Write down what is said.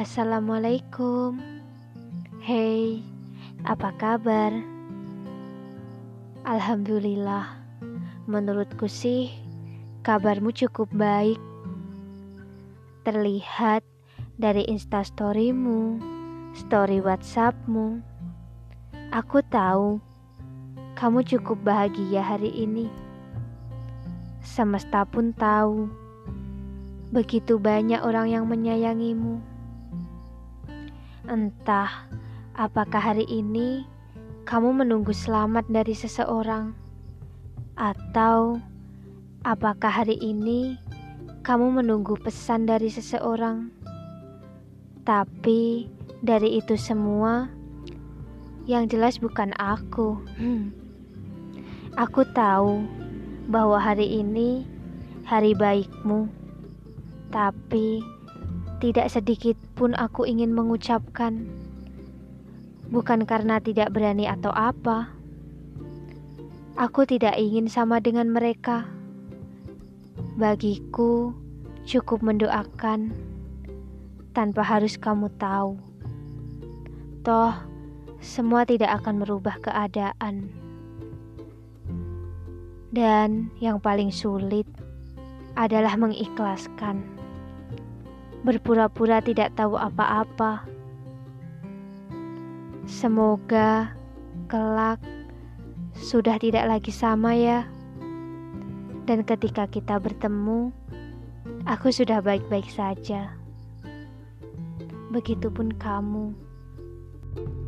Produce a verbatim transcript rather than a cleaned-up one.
Assalamualaikum. Hey, apa kabar? Alhamdulillah, menurutku sih kabarmu cukup baik. Terlihat dari instastorymu, story whatsappmu. Aku tahu kamu cukup bahagia hari ini. Semesta pun tahu begitu banyak orang yang menyayangimu. Entah apakah hari ini kamu menunggu selamat dari seseorang, atau apakah hari ini kamu menunggu pesan dari seseorang. Tapi dari itu semua, yang jelas bukan aku. Hmm. Aku tahu bahwa hari ini hari baikmu, tapi tidak sedikit pun aku ingin mengucapkan. Bukan karena tidak berani atau apa. Aku tidak ingin sama dengan mereka. Bagiku cukup mendoakan tanpa harus kamu tahu. Toh semua tidak akan merubah keadaan. Dan yang paling sulit adalah mengikhlaskan. Berpura-pura tidak tahu apa-apa. Semoga kelak sudah tidak lagi sama ya. Dan ketika kita bertemu, aku sudah baik-baik saja. Begitupun kamu.